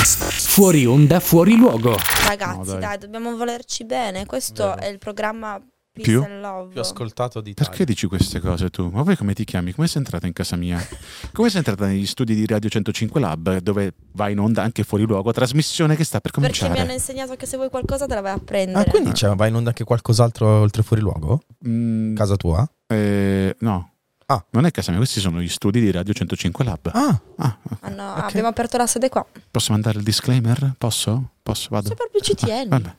Fuori onda, fuori luogo. Ragazzi, dai, dobbiamo volerci bene. Questo è il programma Peace and Love più ascoltato d'Italia. Perché dici queste cose tu? Ma poi come ti chiami? Come sei entrata in casa mia? Come sei entrata negli studi di Radio 105 Lab, dove vai in onda anche fuori luogo, trasmissione che sta per cominciare? Perché mi hanno insegnato che se vuoi qualcosa te la vai a prendere. Ah, quindi vai in onda anche qualcos'altro oltre fuori luogo? Casa tua? No. Ah. Non è casa mia, questi sono gli studi di Radio 105 Lab. Okay. No, abbiamo aperto la sede qua. Posso mandare il disclaimer? Posso? Vado. Se proprio ci tieni. Vabbè.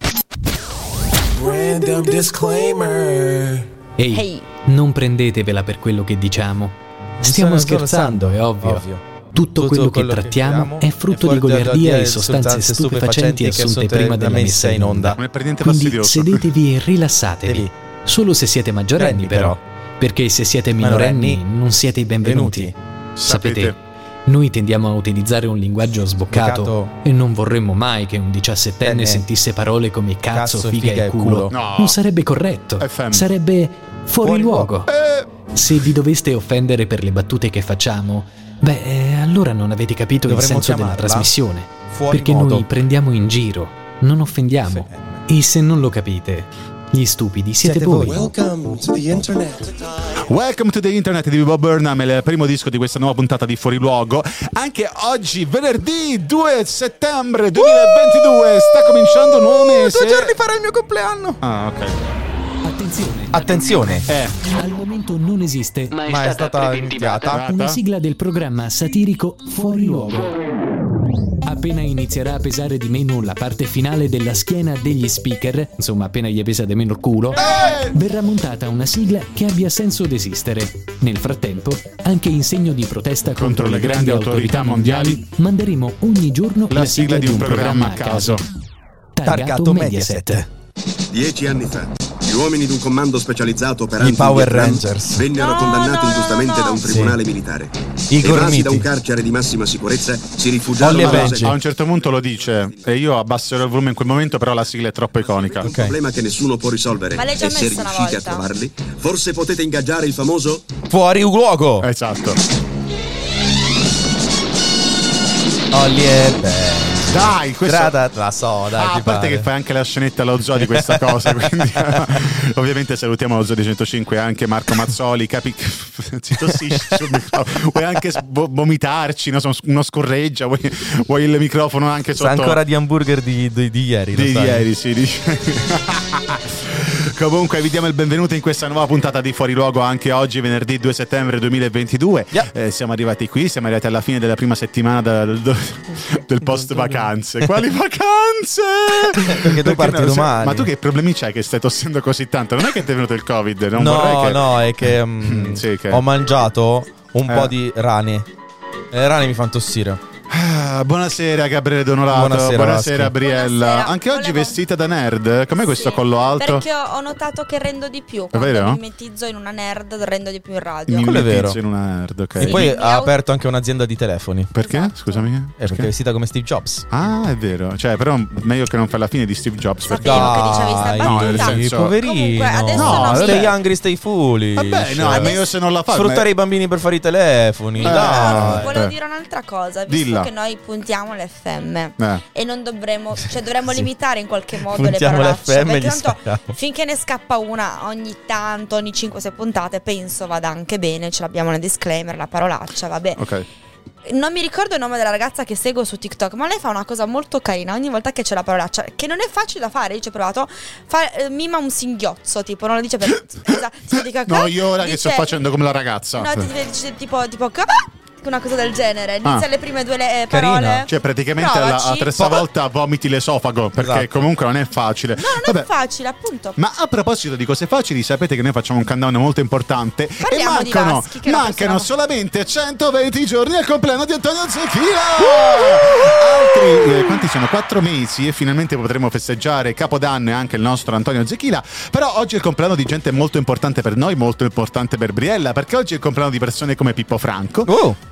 Random disclaimer. Ehi, non prendetevela per quello che diciamo. Stiamo scherzando, è ovvio. Tutto quello che trattiamo è frutto di goliardia e sostanze stupefacenti assunte prima della messa in onda. Non è per niente Quindi fastidioso. sedetevi e rilassatevi. Solo se siete maggiorenni però. Perché se siete minorenni non siete i benvenuti. Sapete, noi tendiamo a utilizzare un linguaggio sboccato e non vorremmo mai che un 17enne sentisse parole come cazzo, figa e culo. No. Non sarebbe corretto. Sarebbe fuori luogo. Se vi doveste offendere per le battute che facciamo, allora non avete capito il senso della trasmissione. Perché noi prendiamo in giro, non offendiamo. E se non lo capite, gli stupidi siete voi. Welcome to the internet. Welcome to the Internet di Bob Burnham, il primo disco di questa nuova puntata di Fuori Luogo. Anche oggi, venerdì 2 settembre 2022, sta cominciando un nuovo mese. 2 giorni farà il mio compleanno. Ah, ok. Attenzione. Attenzione. Al momento non esiste, Ma è stata iniziata. una sigla del programma satirico Fuori Luogo. Appena inizierà a pesare di meno la parte finale della schiena degli speaker, insomma appena gli pesa di meno il culo, verrà montata una sigla che abbia senso d'esistere. Nel frattempo, anche in segno di protesta contro le grandi autorità mondiali, manderemo ogni giorno La sigla di un programma a caso. Targato Mediaset. 10 anni fa, gli uomini di un comando specializzato per I Power anti-Vietnam Rangers vennero condannati ingiustamente da un tribunale militare. I Evasi gormiti. da un carcere di massima sicurezza, si rifugiarono Ollie e alla Benji. A un certo punto lo dice e io abbasserò il volume in quel momento, però la sigla è troppo iconica. un problema che nessuno può risolvere. Ma l'hai già e se messa una riuscite a volta? trovarli, forse potete ingaggiare il famoso Fuori luogo. Esatto. Ollie e Benji. Dai, questo... La so, dai. a parte che fai anche la scenetta allo zoo di questa cosa, quindi ovviamente salutiamo lo zoo di 105 e anche Marco Mazzoli, si tossisce sul microfono, vuoi anche vomitarci, no? Uno scorreggia, vuoi il microfono anche sotto. Sa ancora di hamburger di ieri. Di lo sai. ieri, sì, dice. Comunque vi diamo il benvenuto in questa nuova puntata di Fuori Luogo anche oggi, venerdì 2 settembre 2022. Siamo arrivati qui, siamo arrivati alla fine della prima settimana del post vacanze. Quali vacanze? Perché tu parti domani. Ma tu che problemi c'hai che stai tossendo così tanto? Non è che ti è venuto il Covid? Non No, vorrei che... no, è che, sì, che... ho mangiato un po' di rane. E le rane mi fanno tossire. Buonasera Gabriele Donorato. Buonasera, Briella. Buonasera. Anche oggi Volevo- vestita da nerd. Com'è questo Sì, collo alto? Perché ho notato che rendo di più. È Quando vero? mi mettizzo in una nerd, rendo di più in radio. Mi Quello è vero. mettizzo in una nerd, ok. E poi Sì. ha aperto anche un'azienda di telefoni. Perché? Esatto. Scusami. Perché è vestita come Steve Jobs. Ah, è vero. Cioè, però meglio che non fai la fine di Steve Jobs. Perché... Sapevo che dicevi sta Dai, battuta. nel senso- poverino. Comunque, adesso No, non mi- Stay hungry, stay foolish. Vabbè, no, è meglio se non la fai. Sfruttare i bambini per fare i telefoni. Dai. Volevo dire un'altra cosa, visto Dilla. che noi puntiamo le FM Eh. e non dovremmo, cioè dovremmo limitare in qualche modo Puntiamo le le parolacce, FM e perché gli tanto spariamo. finché ne scappa una ogni tanto, ogni 5-6 puntate, penso vada anche bene, ce l'abbiamo nel disclaimer, la parolaccia, vabbè. Ok. Non mi ricordo il nome della ragazza che seguo su TikTok, ma lei fa una cosa molto carina ogni volta che c'è la parolaccia, che non è facile da fare, io ci ho provato, mima un singhiozzo, tipo, non lo dice per... No, io ora che dice- sto facendo come la ragazza. No, ti dice tipo una cosa del genere. Inizia Ah. le prime due parole. Cioè, praticamente la Provaci. terza volta vomiti l'esofago. Perché Esatto. comunque non è facile. No, non Vabbè. è facile, appunto. Ma a proposito di cose facili, sapete che noi facciamo un countdown molto importante. Parliamo e di Vaschi, che non mancano possiamo- solamente 120 giorni al compleanno di Antonio Zecchila. Altri quanti sono? 4 mesi e finalmente potremo festeggiare Capodanno e anche il nostro Antonio Zecchila. Però oggi è il compleanno di gente molto importante per noi, molto importante per Briella, perché oggi è il compleanno di persone come Pippo Franco.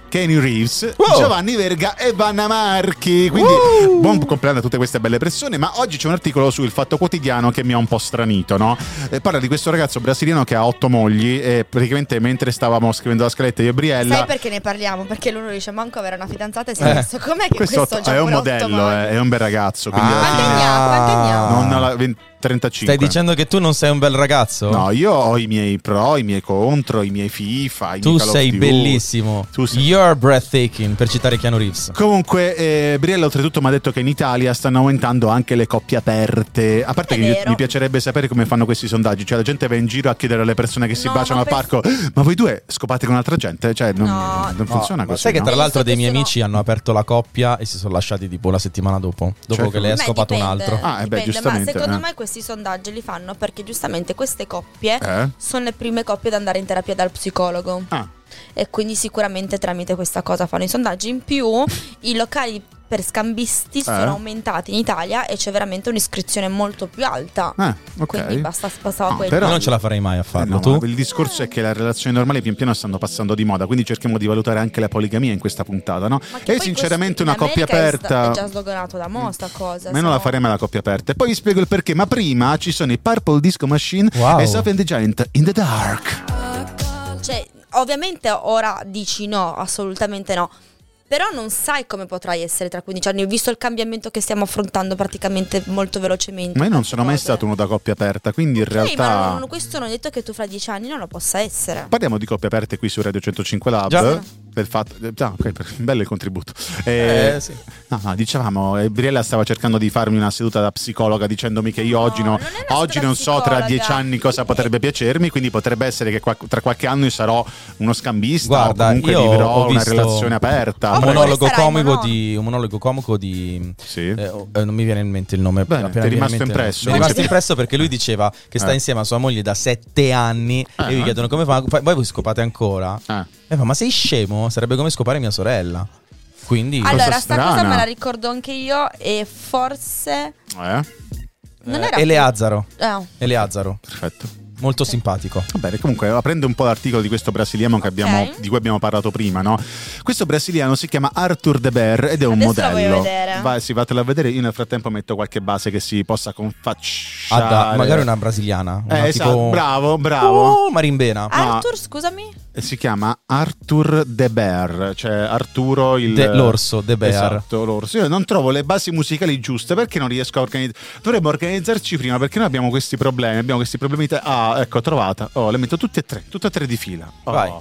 Keanu Reeves, Giovanni Verga e Vanna Marchi. Quindi buon compleanno a tutte queste belle persone. Ma oggi c'è un articolo sul Fatto Quotidiano che mi ha un po' stranito, no? Parla di questo ragazzo brasiliano che ha 8 mogli e praticamente mentre stavamo scrivendo la scaletta io e Briella. Sai perché ne parliamo? Perché lui dice manco avere una fidanzata e si è messo com'è che questo già è un modello, è un bel ragazzo. Quindi quanti anni ha? Non alla 35. Stai dicendo che tu non sei un bel ragazzo? No, io ho i miei pro, i miei contro, i miei FIFA, i tu miei Call of sei Duty. Bellissimo. Tu sei... You're breathtaking, per citare Keanu Reeves. Comunque Briella oltretutto mi ha detto che in Italia stanno aumentando anche le coppie aperte. A parte che mi piacerebbe sapere come fanno questi sondaggi. Cioè la gente va in giro a chiedere alle persone che si baciano al parco: ma voi due scopate con altra gente? Cioè non funziona così. Sai che tra l'altro dei miei sono... amici hanno aperto la coppia e si sono lasciati tipo la settimana dopo che lei ha scopato un altro. Dipende, giustamente. Ma secondo me questi sondaggi li fanno perché giustamente queste coppie sono le prime coppie ad andare in terapia dal psicologo. E quindi sicuramente tramite questa cosa fanno i sondaggi. In più i locali per scambisti sono aumentati in Italia e c'è veramente un'iscrizione molto più alta. Quindi bastava quello. Però non ce la farei mai a farlo. Tu? Il discorso è che le relazioni normali pian piano stanno passando di moda, quindi cerchiamo di valutare anche la poligamia in questa puntata, no? E sinceramente una coppia aperta è già sdoganato da mo' sta cosa. Ma non la faremo la coppia aperta. E poi vi spiego il perché. Ma prima ci sono i Purple Disco Machine e Sophie and the Giant in the Dark. Cioè, ovviamente ora dici no, assolutamente no. Però non sai come potrai essere tra 15 anni. Ho visto il cambiamento che stiamo affrontando praticamente molto velocemente. Ma io non sono mai stato uno da coppia aperta, quindi in realtà... Ma questo non è detto che tu fra 10 anni non lo possa essere. Parliamo di coppie aperte qui su Radio 105 Lab. Già. Del fatto... bello il contributo. Sì. No, dicevamo, Briella stava cercando di farmi una seduta da psicologa dicendomi che io oggi non so tra 10 anni cosa potrebbe piacermi, quindi potrebbe essere che tra qualche anno io sarò uno scambista. Guarda, o comunque io vivrò una visto relazione aperta. Un monologo comico di sì. Non mi viene in mente il nome. Bene, ti è rimasto impresso. Mi è rimasto impresso perché lui diceva che sta insieme a sua moglie da 7 anni e gli chiedono come fa. Voi scopate ancora? E fa: ma sei scemo? Sarebbe come scopare mia sorella. Quindi allora sta cosa me la ricordo anche io e forse non era Eleazaro. Eleazaro. Perfetto. Molto simpatico. Va bene, comunque prendo un po' l'articolo di questo brasiliano di cui abbiamo parlato prima, no? Questo brasiliano si chiama Arthur De Beer ed è un modello. Vatelo a vedere. Io nel frattempo metto qualche base che si possa confacciare. Magari una brasiliana. Esatto, tipo... bravo. Marimbena. Arthur, scusami. Si chiama Arthur De Beer, cioè Arturo l'orso De Beer. Esatto, l'orso. Io non trovo le basi musicali giuste, perché non riesco a organizzare. Dovremmo organizzarci prima, perché noi abbiamo questi problemi. Ecco, trovata. Le metto tutte e tre di fila. Vai.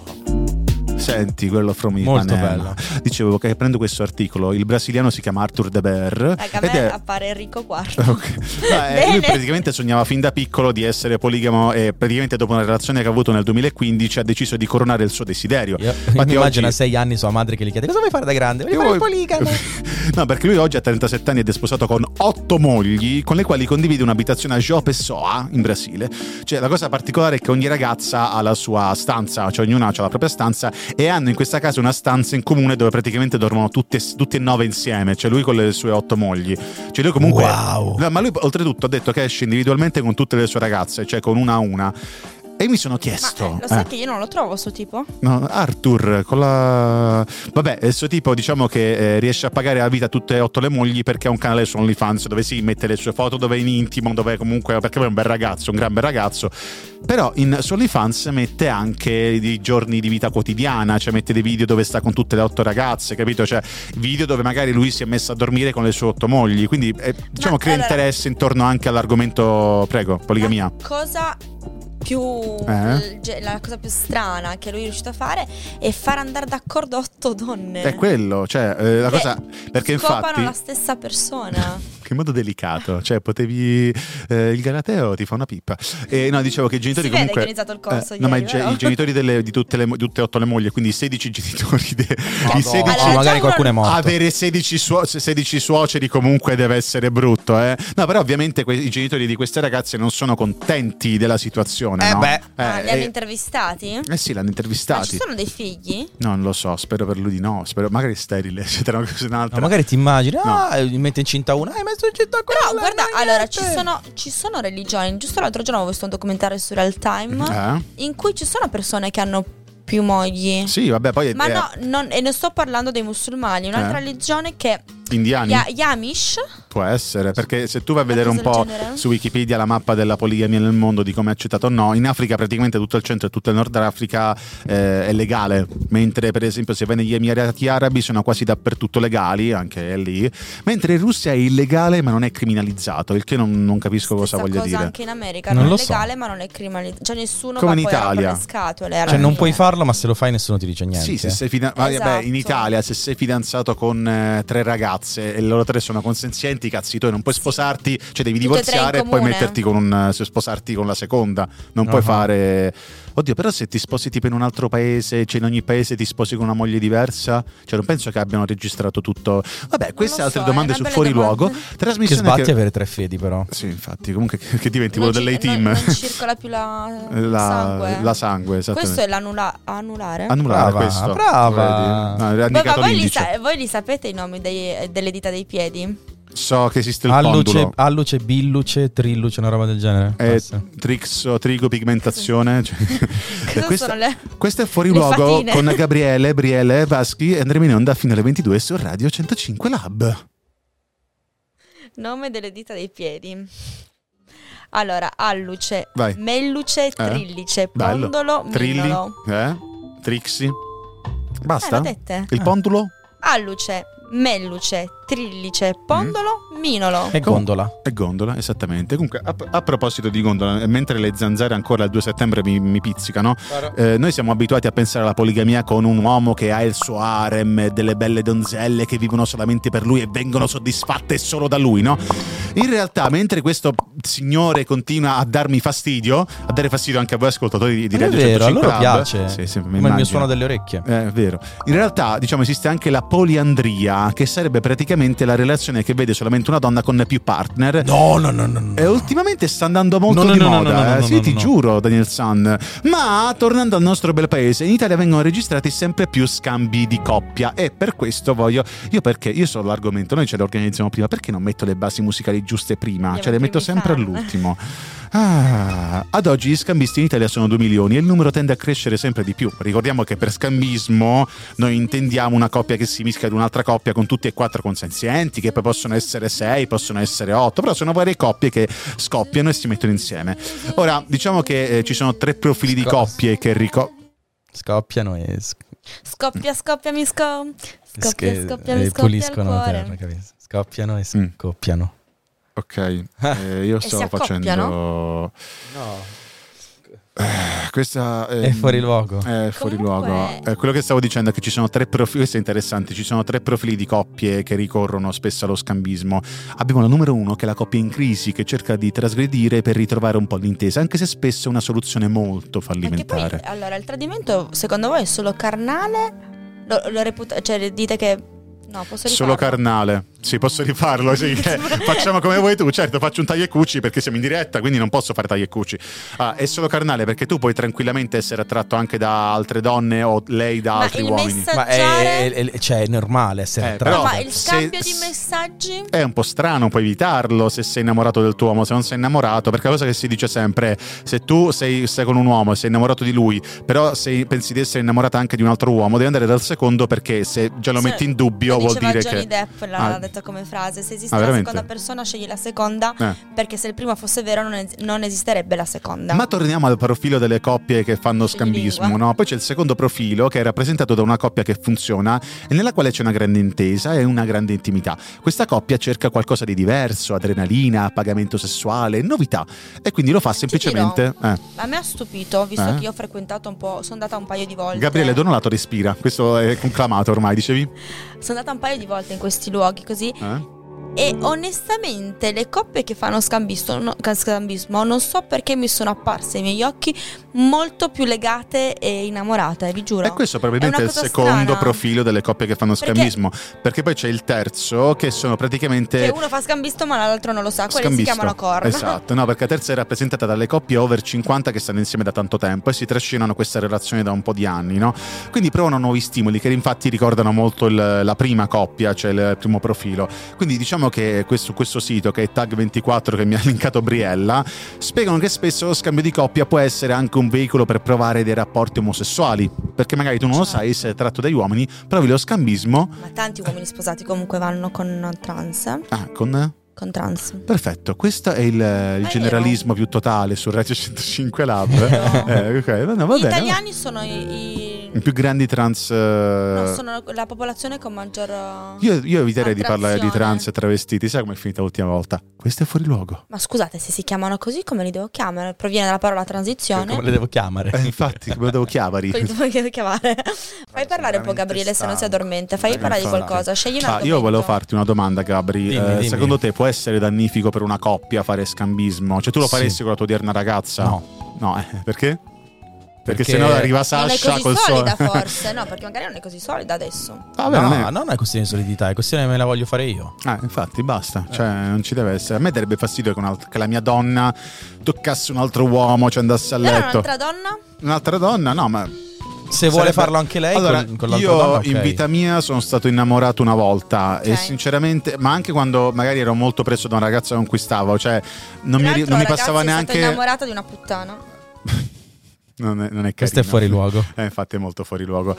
Senti quello from molto Ipanema. bello. Dicevo che prendo questo articolo. Il brasiliano si chiama Arthur De Beer. A me appare Enrico IV. Lui praticamente sognava fin da piccolo di essere poligamo e praticamente dopo una relazione che ha avuto nel 2015 ha deciso di coronare il suo desiderio. Mi immagino a 6 anni sua madre che gli chiede: cosa vuoi fare da grande? Voglio fare il poligamo. No, perché lui oggi ha 37 anni ed è sposato con 8 mogli con le quali condivide un'abitazione a João Pessoa in Brasile. Cioè la cosa particolare è che ogni ragazza ha la sua stanza, cioè ognuna ha la propria stanza, e hanno in questa casa una stanza in comune dove praticamente dormono tutte e 9 insieme, cioè lui con le sue 8 mogli. Cioè lui comunque no, ma lui oltretutto ha detto che esce individualmente con tutte le sue ragazze, cioè con una a una. E mi sono chiesto... Ma lo sai che io non lo trovo sto tipo? No, Arthur con la... Vabbè, il suo tipo diciamo che riesce a pagare a vita tutte e 8 le mogli perché ha un canale su OnlyFans dove si mette le sue foto, dove è in intimo, dove comunque... Perché poi è un bel ragazzo, un gran bel ragazzo. Però su OnlyFans mette anche dei giorni di vita quotidiana, cioè mette dei video dove sta con tutte le 8 ragazze, capito? Cioè video dove magari lui si è messo a dormire con le sue 8 mogli. Quindi diciamo crea interesse intorno anche all'argomento, prego, poligamia. Cosa... la cosa più strana che lui è riuscito a fare è far andare d'accordo 8 donne. È quello, cioè la cosa, perché infatti la stessa persona. Che modo delicato, cioè potevi il Galateo ti fa una pippa. No, dicevo che i genitori comunque vede che ho iniziato il corso no, ieri, ma i genitori di tutte e 8 le mogli, quindi i 16 genitori i 16 allora, magari qualcuno è morto. Avere 16 suoceri comunque deve essere brutto, No, però ovviamente i genitori di queste ragazze non sono contenti della situazione. Li hanno intervistati? Sì, l'hanno intervistati. Ma ci sono dei figli? No, non lo so, spero per lui di no. Spero magari sterile, eccetera. No, magari ti immagini, gli mette incinta una, hai messo incinta quella. Però guarda, allora ci sono religioni. Giusto l'altro giorno ho visto un documentario su Real Time in cui ci sono persone che hanno più mogli. Sì, vabbè, poi ma e non sto parlando dei musulmani, un'altra religione che indiani? Gli Amish? Può essere, perché se tu vai a vedere un po' su Wikipedia la mappa della poligamia nel mondo, di come è accettato o no, in Africa praticamente tutto il centro e tutto il nord Africa è legale, mentre per esempio se vai negli Emirati Arabi sono quasi dappertutto legali, anche lì, mentre in Russia è illegale ma non è criminalizzato, il che non capisco cosa voglia dire. Anche in America non è legale ma non è criminalizzato, cioè nessuno come va in poi Italia. a le scatole. Cioè non puoi farlo, ma se lo fai nessuno ti dice niente. Sì, se sei esatto. in Italia se sei fidanzato con 3 ragazze e loro 3 sono consenzienti, cazzi tu non puoi sposarti, cioè devi divorziare e poi metterti sposarti con la seconda, non puoi fare. Oddio, però se ti sposi tipo in un altro paese, cioè in ogni paese ti sposi con una moglie diversa, cioè non penso che abbiano registrato tutto. Vabbè, queste altre domande su Fuori Luogo. Trasmissione che sbatti avere 3 fedi, però. Sì, infatti, comunque che diventi quello dell'A-Team. Non circola più sangue. La sangue, esattamente. Questo è l'anulare. Anulare, questo. Brava. Voi li sapete i nomi delle dita dei piedi? So che esiste il pondulo. Alluce, billuce, trilluce, una roba del genere. Trixo, trigo, pigmentazione. Questo è Fuori Le Luogo fatine. con Gabriele, Briele, Vaschi e andremo in onda fino alle 22 su Radio 105 Lab. Nome delle dita dei piedi. Allora, alluce, Vai. melluce, trillice, Bello. pondolo, Trilli, minolo. Trixi. Basta? L'ho dette. Il pondulo? Alluce, melluce, trillice, pondolo, minolo. E gondola. E gondola, esattamente. Comunque, a proposito di gondola, mentre le zanzare ancora il 2 settembre mi pizzicano, noi siamo abituati a pensare alla poligamia con un uomo che ha il suo harem, delle belle donzelle che vivono solamente per lui e vengono soddisfatte solo da lui, no? In realtà, mentre questo signore continua a darmi fastidio, a dare fastidio anche a voi ascoltatori di Radio 105 a loro Lab, piace. sì, come il mio suono delle orecchie. È vero. In realtà, diciamo, esiste anche la poliandria, che sarebbe praticamente la relazione che vede solamente una donna con più partner. No. E ultimamente sta andando molto di moda. Sì, ti giuro, Daniel San. Ma tornando al nostro bel paese, in Italia vengono registrati sempre più scambi di coppia. E per questo perché io so l'argomento, noi ce le organizziamo prima, perché non metto le basi musicali giuste prima? Cioè le metto sempre all'ultimo. Ad oggi gli scambisti in Italia sono 2 milioni e il numero tende a crescere sempre di più. Ricordiamo che per scambismo noi intendiamo una coppia che si mischia ad un'altra coppia con tutti e 4 consenzienti, che poi possono essere 6, possono essere 8, però sono varie coppie che scoppiano e si mettono insieme. Ora, diciamo che ci sono 3 profili di coppie che scoppiano e mi scoppia puliscono la cuore. terra, capito? Scoppiano e scoppiano. Ok, io stavo facendo. No. Questa è fuori luogo. È fuori luogo. Quello che stavo dicendo è che ci sono 3 profili. Questo è interessante. Ci sono 3 profili di coppie che ricorrono spesso allo scambismo. Abbiamo la numero 1, che è la coppia in crisi, che cerca di trasgredire per ritrovare un po' l'intesa, anche se spesso è una soluzione molto fallimentare. Poi, allora, il tradimento secondo voi è solo carnale? Cioè dite che no, posso rifarlo? Solo carnale. Sì, posso rifarlo, sì. Facciamo come vuoi tu. Certo, faccio un taglio e cuci perché siamo in diretta, quindi non posso fare taglio e cuci. È solo carnale perché tu puoi tranquillamente essere attratto anche da altre donne o lei da altri uomini. Ma è normale essere attratto. Ma il scambio di messaggi è un po' strano, puoi evitarlo se sei innamorato del tuo uomo. Se non sei innamorato, perché la cosa che si dice sempre è: se tu stai con un uomo e sei innamorato di lui, però pensi di essere innamorata anche di un altro uomo, devi andare dal secondo, perché se già lo metti in dubbio vuol dire Johnny che Depp l'ha detto come frase: se esiste la seconda persona, scegli la seconda, perché se il primo fosse vero non esisterebbe la seconda. Ma torniamo al profilo delle coppie che fanno scambismo, no? Poi c'è il secondo profilo, che è rappresentato da una coppia che funziona e nella quale c'è una grande intesa e una grande intimità. Questa coppia cerca qualcosa di diverso, adrenalina, pagamento sessuale, novità, e quindi lo fa semplicemente. A me ha stupito, visto che io ho frequentato un po', sono andata un paio di volte. Gabriele Donolato respira, questo è conclamato ormai, dicevi? Sono andata un paio di volte in questi luoghi così. E onestamente le coppie che fanno scambismo non so perché mi sono apparse ai miei occhi molto più legate e innamorate, vi giuro. E questo probabilmente è il secondo profilo delle coppie che fanno scambismo, perché poi c'è il terzo, che sono praticamente che uno fa scambismo ma l'altro non lo sa, quelli si chiamano corna. Esatto, no, perché la terza è rappresentata dalle coppie over 50 che stanno insieme da tanto tempo e si trascinano questa relazione da un po' di anni, no? Quindi provano nuovi stimoli che infatti ricordano molto la prima coppia, cioè il primo profilo. Quindi diciamo diciamo che questo sito, che è Tag24, che mi ha linkato Briella, spiegano che spesso lo scambio di coppia può essere anche un veicolo per provare dei rapporti omosessuali, perché magari tu non lo sai, se è tratto dagli uomini, provi lo scambismo. Ma tanti uomini sposati comunque vanno con trans. Con trans. Perfetto, questo è il generalismo più totale su Radio 105 Lab. Okay. No, va Gli bene, italiani sono i più grandi trans. No, sono la popolazione con maggior. Io eviterei di parlare di trans e travestiti. Sai com'è finita l'ultima volta? Questo è fuori luogo. Ma scusate, se si chiamano così, come li devo chiamare? Proviene dalla parola transizione. Come le devo chiamare? Infatti, come lo devo chiamare? Fai parlare un po', Gabriele, se non si addormenta. Fai parlare di qualcosa. Scegli un argomento. Io volevo farti una domanda, Gabri. Dimmi. Secondo te può essere dannifico per una coppia fare scambismo? Cioè tu lo faresti con la tua odierna ragazza? No, perché? Perché se no arriva Sasha col suo. Non è così solida forse, no, perché magari non è così solida adesso. Non è questione di solidità, è questione che me la voglio fare io. Infatti basta, cioè non ci deve essere. A me darebbe fastidio che la mia donna toccasse un altro uomo, cioè andasse a letto. Un'altra donna? No, ma se vuole farlo anche lei, allora, con l'altra io donna, okay. In vita mia sono stato innamorato una volta, e sinceramente, ma anche quando magari ero molto preso da una ragazza che conquistavo, cioè non mi passava neanche. Sono innamorata di una puttana. Non è carino. Questo è fuori luogo. Infatti è molto fuori luogo.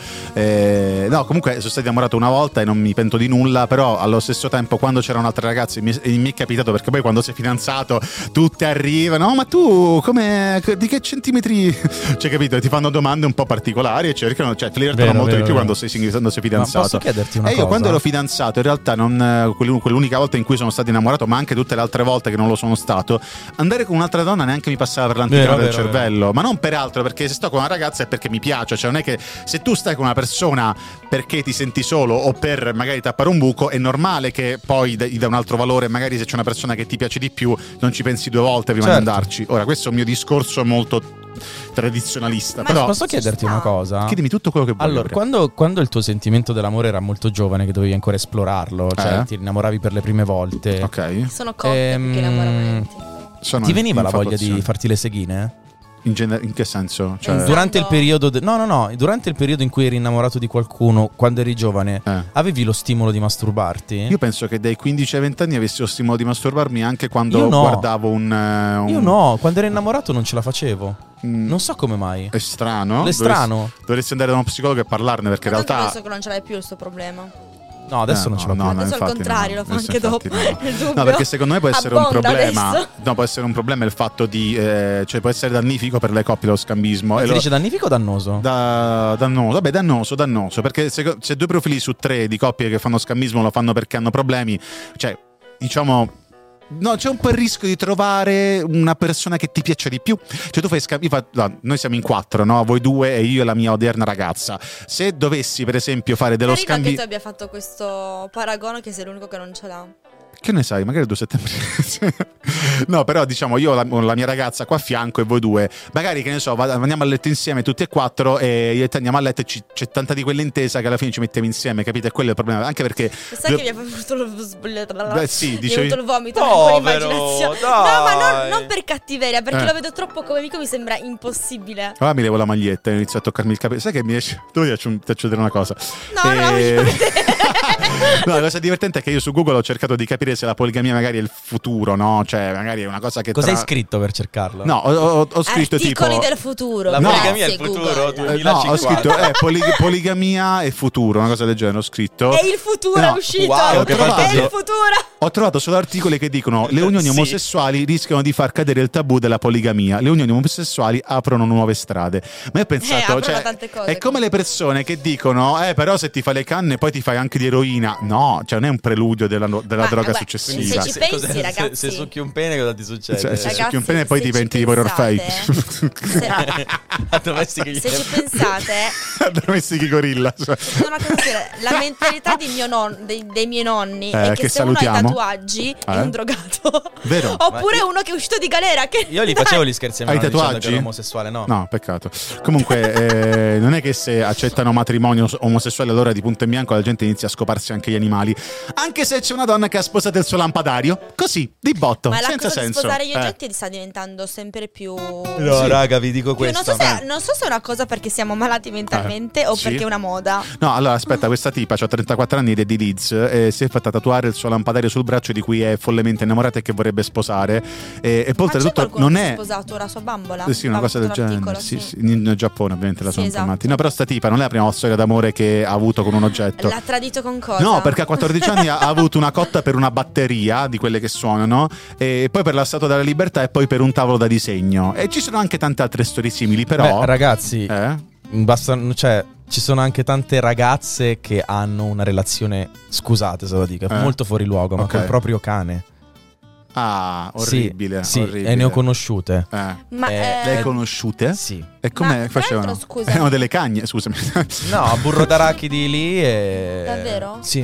No, comunque sono stato innamorato una volta e non mi pento di nulla, però allo stesso tempo quando c'era un'altra ragazza mi è capitato, perché poi quando sei fidanzato tutte arrivano, ma tu di che centimetri? Cioè, capito? Ti fanno domande un po' particolari e cercano, cioè flirtano molto di più quando sei fidanzato. Ma posso chiederti una cosa? Io quando ero fidanzato, in realtà non quell'unica volta in cui sono stato innamorato, ma anche tutte le altre volte che non lo sono stato, andare con un'altra donna neanche mi passava per l'anticamera del cervello, ma non per altro, perché se sto con una ragazza è perché mi piace, cioè non è che se tu stai con una persona perché ti senti solo o per magari tappare un buco, è normale che poi gli dà un altro valore, magari se c'è una persona che ti piace di più non ci pensi due volte prima di andarci. Ora questo è un mio discorso molto tradizionalista. Però posso chiederti una cosa? Chiedimi tutto quello che vuoi. Allora, quando il tuo sentimento dell'amore era molto giovane, che dovevi ancora esplorarlo, cioè ti innamoravi per le prime volte, ok, sono cotte più che innamoramenti. Ti veniva la voglia di farti le seghine? In che senso? Cioè durante il periodo durante il periodo in cui eri innamorato di qualcuno, quando eri giovane, avevi lo stimolo di masturbarti? Io penso che dai 15 ai 20 anni avessi lo stimolo di masturbarmi anche quando guardavo un... Io no, quando ero innamorato non ce la facevo. Non so come mai. È strano. Dovresti andare da uno psicologo e parlarne, perché in realtà penso che non ce l'hai più questo problema. No, adesso non ce l'ho più. Adesso al contrario, lo fa anche dopo. No, perché secondo me può essere un problema. Adesso. No, può essere un problema il fatto di cioè può essere dannifico per le coppie lo scambismo. Si dice dannifico o dannoso? Dannoso. Vabbè, dannoso, perché se 2 profili su 3 di coppie che fanno scambismo lo fanno perché hanno problemi, cioè diciamo, no, c'è un po' il rischio di trovare una persona che ti piace di più. Cioè tu fai noi siamo in 4, no? Voi 2 e io e la mia odierna ragazza. Se dovessi per esempio fare dello scambio, che tu abbia fatto questo paragone, che sei l'unico che non ce l'ha. Che ne sai, magari il 2 settembre. No, però diciamo io ho la mia ragazza qua a fianco e voi 2, magari, che ne so, andiamo a letto insieme tutti e 4 e io e te andiamo a letto e c'è tanta di quell'intesa che alla fine ci mettiamo insieme, capite? E quello è il problema, anche perché sai che mi ha venuto il vomito, povero, no, ma non per cattiveria, perché lo vedo troppo come amico, mi sembra impossibile. Allora mi levo la maglietta e inizio a toccarmi il capello. Sai che mi esce? Tu ti faccio vedere una cosa. No, no, voglio vedere. No, la cosa divertente è che io su Google ho cercato di capire se la poligamia magari è il futuro, no? Cioè magari è una cosa che... Cosa hai scritto per cercarlo? No, ho scritto articoli tipo... del futuro. La poligamia è il futuro 2050. No, ho scritto poligamia e futuro, una cosa del genere ho scritto. E il futuro è uscito. Wow, è il futuro. Ho trovato solo articoli che dicono le unioni omosessuali rischiano di far cadere il tabù della poligamia. Le unioni omosessuali aprono nuove strade. Ma io ho pensato, cioè, tante cose, è come le persone che dicono però se ti fai le canne poi ti fai anche di eroina. No, cioè non è un preludio della droga successiva. Se ci pensi, ragazzi, se succhi un pene cosa ti succede? Cioè, se succhi un pene poi diventi tipo Orfei. Se ci pensate, Domestichi gorilla. La mentalità dei miei nonni è che se uno ha i tatuaggi è un drogato. Vero? Oppure uno che è uscito di galera. Io li facevo gli scherzi. Hai tatuaggi? Che omosessuale, no? No, peccato. Comunque non è che se accettano matrimonio omosessuale allora di punto in bianco la gente inizia a scoparsi anche gli animali. Anche se c'è una donna che ha sposato il suo lampadario, così, di botto, ma senza la cosa senso. Di sposare gli oggetti sta diventando sempre più... No, raga, vi dico questo. Non so se è una cosa perché siamo malati mentalmente o perché è una moda. No, allora aspetta, questa tipa ha 34 anni ed è di Leeds e si è fatta tatuare il suo lampadario sul braccio di cui è follemente innamorata e che vorrebbe sposare. E poi oltretutto non è sposato la sua bambola? Sì, una cosa del genere. Sì. In Giappone ovviamente la sono informati. Esatto. No, però sta tipa non è la prima storia d'amore che ha avuto con un oggetto. L'ha tradito con cosa? No, perché a 14 anni ha avuto una cotta per una batteria di quelle che suonano, e poi per la Statua della Libertà e poi per un tavolo da disegno. E ci sono anche tante altre storie simili, però... Beh, ragazzi, cioè, ci sono anche tante ragazze che hanno una relazione, scusate se lo dico, molto fuori luogo, ma con il proprio cane. Ah, orribile. Sì, orribile. E ne ho conosciute. Ma le hai conosciute? Sì. E come facevano? Erano delle cagne, scusami. No, burro d'arachidi lì e... Davvero? Sì.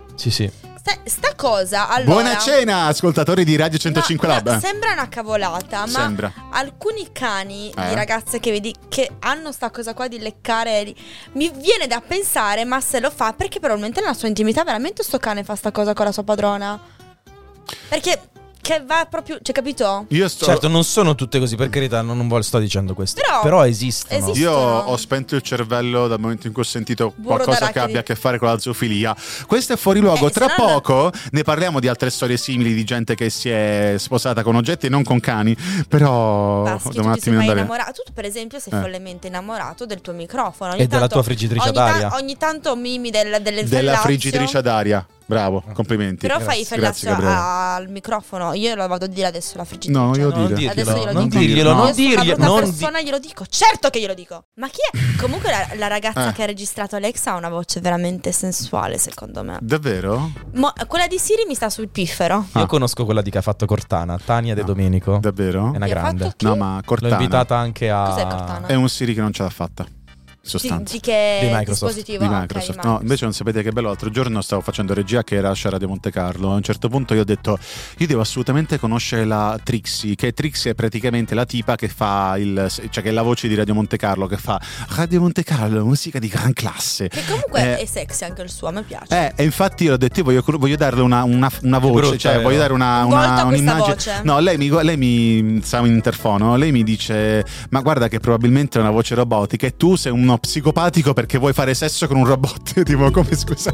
Sta cosa, allora... Buona cena, ascoltatori di Radio 105 Lab. Sembra una cavolata, ma alcuni cani di ragazze che vedi che hanno sta cosa qua di leccare, mi viene da pensare, ma se lo fa perché probabilmente nella sua intimità veramente sto cane fa sta cosa con la sua padrona. Perché... che va proprio, cioè, capito? Certo, non sono tutte così, per carità, non sto dicendo questo. Però esistono. Io ho spento il cervello dal momento in cui ho sentito qualcosa che abbia a che fare con la zoofilia. Questo è fuori luogo. Tra poco ne parliamo di altre storie simili di gente che si è sposata con oggetti e non con cani. Però devo un attimo andare. Tu per esempio sei follemente innamorato del tuo microfono e della tua friggitrice ad aria. Ogni tanto mimi della friggitrice ad aria. Bravo, complimenti. Però fai fellazio al microfono. Io lo vado a dire adesso la friggitrice. No, io non dirglielo. Una persona glielo dico. Certo che glielo dico. Ma chi è? Comunque la ragazza che ha registrato Alexa ha una voce veramente sensuale, secondo me. Davvero? Quella di Siri mi sta sul piffero. Io conosco quella di che ha fatto Cortana, Tania De Domenico. Davvero? È una grande. No, ma Cortana. L'ho invitata anche a... Cos'è Cortana? È un Siri che non ce l'ha fatta. Sostanza. Di che di Microsoft. dispositivo? Di Microsoft. Okay, no, invece non sapete che bello. L'altro giorno stavo facendo regia che era a Radio Monte Carlo. A un certo punto io ho detto: io devo assolutamente conoscere la Trixie. Che Trixie è praticamente la tipa che fa cioè che è la voce di Radio Monte Carlo, che fa Radio Monte Carlo, musica di gran classe. Che comunque è sexy anche il suo, a me piace. E infatti io ho detto: io voglio darle una voce, brutta, cioè voglio dare un'immagine. Voce. No, lei mi stava in interfono, lei mi dice: ma guarda che probabilmente è una voce robotica e tu sei uno psicopatico perché vuoi fare sesso con un robot. Tipo, come, scusa?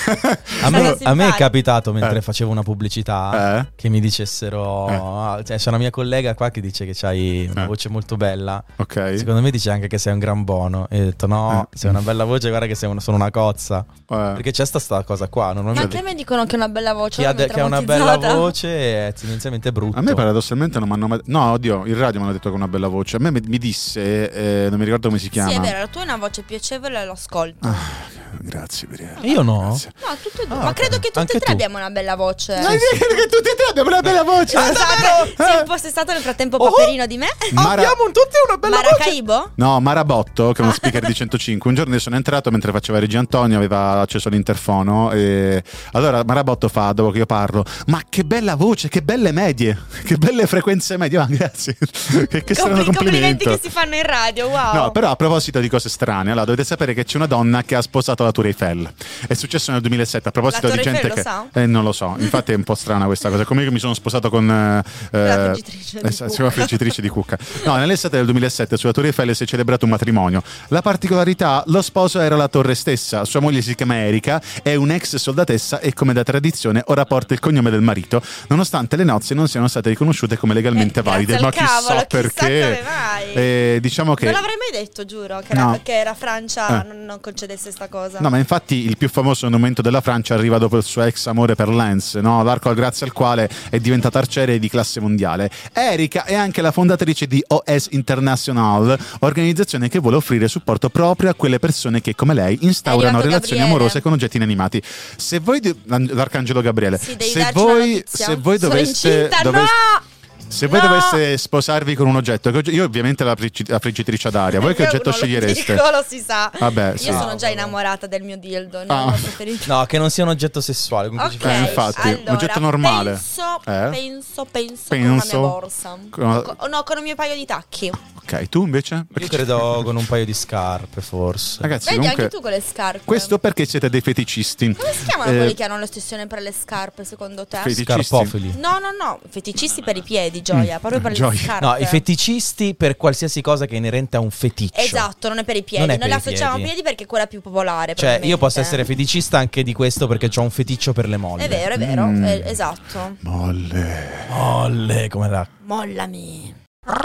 A me è capitato mentre facevo una pubblicità che mi dicessero cioè, c'è una mia collega qua che dice che c'hai una voce molto bella. Ok. Secondo me dice anche che sei un gran bono. E ho detto no, sei una bella voce, guarda che sono una cozza. Perché c'è sta cosa qua. Ma anche a me dicono che è una bella voce. Che ha una bella voce è tendenzialmente brutto. A me paradossalmente non mi hanno mai... No, oddio, in radio mi hanno detto che è una bella voce. A me mi disse, non mi ricordo come si chiama. Sì, è vero, la tua è una voce piacevole, lo ascolto. Grazie, Brielle. Io no. No, tutte e due. Ma credo che tutte e tre abbiamo una bella voce. Ma credo che tutti e tre abbiamo una bella voce. Se fosse stato nel frattempo Paperino di me. Abbiamo tutti una bella voce. Maracaibo? No, Marabotto, che è uno speaker di 105. Un giorno sono entrato mentre faceva regia Antonio, aveva acceso l'interfono e allora Marabotto fa, dopo che io parlo: ma che bella voce, che belle medie, che belle frequenze medie. Ma grazie. Che strano complimento. Complimenti che si fanno in radio, wow. No, però a proposito di cose strane, allora dovete sapere che c'è una donna che ha sposato la Tour Eiffel. È successo nel 2007 a proposito di gente Eiffel che non lo so, infatti è un po' strana questa cosa. Come io mi sono sposato con la friggitrice di Cucca. No, nell'estate del 2007 sulla Tour Eiffel si è celebrato un matrimonio. La particolarità: lo sposo era la torre stessa. Sua moglie si chiama Erika, è un'ex soldatessa e come da tradizione ora porta il cognome del marito, nonostante le nozze non siano state riconosciute come legalmente valide. Ma chissà perché. Diciamo che non l'avrei mai detto, giuro, che era Francia non concedesse sta cosa. No, ma infatti il più famoso monumento della Francia arriva dopo il suo ex amore per Lens, no? L'arco grazie al quale è diventata arciere di classe mondiale. Erika è anche la fondatrice di OS International, organizzazione che vuole offrire supporto proprio a quelle persone che, come lei, instaurano relazioni amorose con oggetti inanimati. Se voi l'Arcangelo Gabriele, sì, se voi doveste Se voi doveste sposarvi con un oggetto, io ovviamente la friggitrice ad aria, voi che oggetto scegliereste? Lo si sa. Vabbè, io sono già innamorata del mio dildo. No, che non sia un oggetto sessuale. Infatti, allora, un oggetto normale. Penso con la mia borsa. No, con il mio paio di tacchi. Ok, tu invece? Io credo con un paio di scarpe, forse. Ragazzi, vedi, comunque, anche tu con le scarpe. Questo perché siete dei feticisti. Come si chiamano quelli che hanno l'ossessione per le scarpe, secondo te? Scarpofili. No, feticisti per i piedi, Gioia, proprio per le scarpe. No, i feticisti per qualsiasi cosa che è inerente a un feticcio. Esatto, non è per i piedi. Noi la facciamo a piedi perché è quella più popolare. Cioè, io posso essere feticista anche di questo perché ho un feticcio per le molle. È vero, esatto. Molle, come da? Mollami.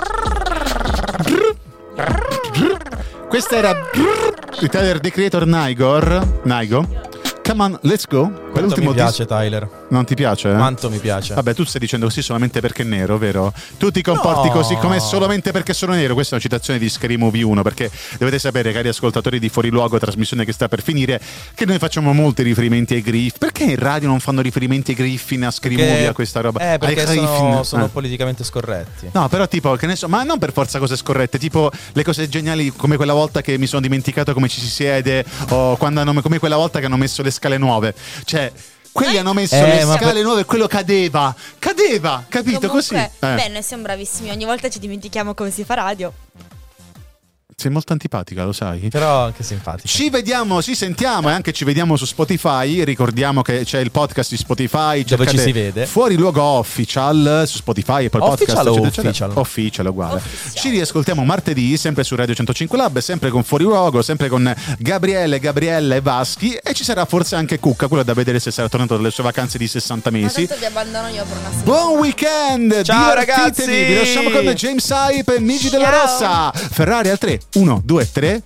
Questa era il Tyler The Creator Nigo. Come on, let's go. Quanto mi piace Tyler. Non ti piace? Quanto mi piace. Vabbè, tu stai dicendo così solamente perché è nero, vero? Tu ti comporti così come solamente perché sono nero. Questa è una citazione di Scary Movie 1, perché dovete sapere, cari ascoltatori di Fuori Luogo, trasmissione che sta per finire, che noi facciamo molti riferimenti ai Griffin. Perché in radio non fanno riferimenti ai Griffin, a Scary Movie, a questa roba? Perché sono politicamente scorretti. No, però tipo, che ne so, ma non per forza cose scorrette, tipo le cose geniali come quella volta che mi sono dimenticato come ci si siede, o come quella volta che hanno messo le scale nuove. Cioè, quelli hanno messo le scale nuove e quello cadeva, capito? Comunque, così. Beh, siamo bravissimi, ogni volta ci dimentichiamo come si fa radio. Sei molto antipatica, lo sai. Però anche simpatica. Ci sentiamo e anche ci vediamo su Spotify. Ricordiamo che c'è il podcast di Spotify dove ci si vede. Fuori Luogo Official su Spotify e poi Official podcast Official uguale. Ci riascoltiamo martedì sempre su Radio 105 Lab, sempre con Fuori Luogo, sempre con Gabriella e Vaschi, e ci sarà forse anche Cucca, quello da vedere se sarà tornato dalle sue vacanze di 60 mesi. Ma tanto vi abbandono io per una Buon weekend! Ciao ragazzi! Vi lasciamo con James Hype e Nigi della Rossa. Ferrari al 3. 1, 2, 3.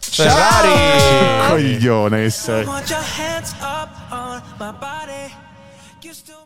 Ferrari! Coglione che sei.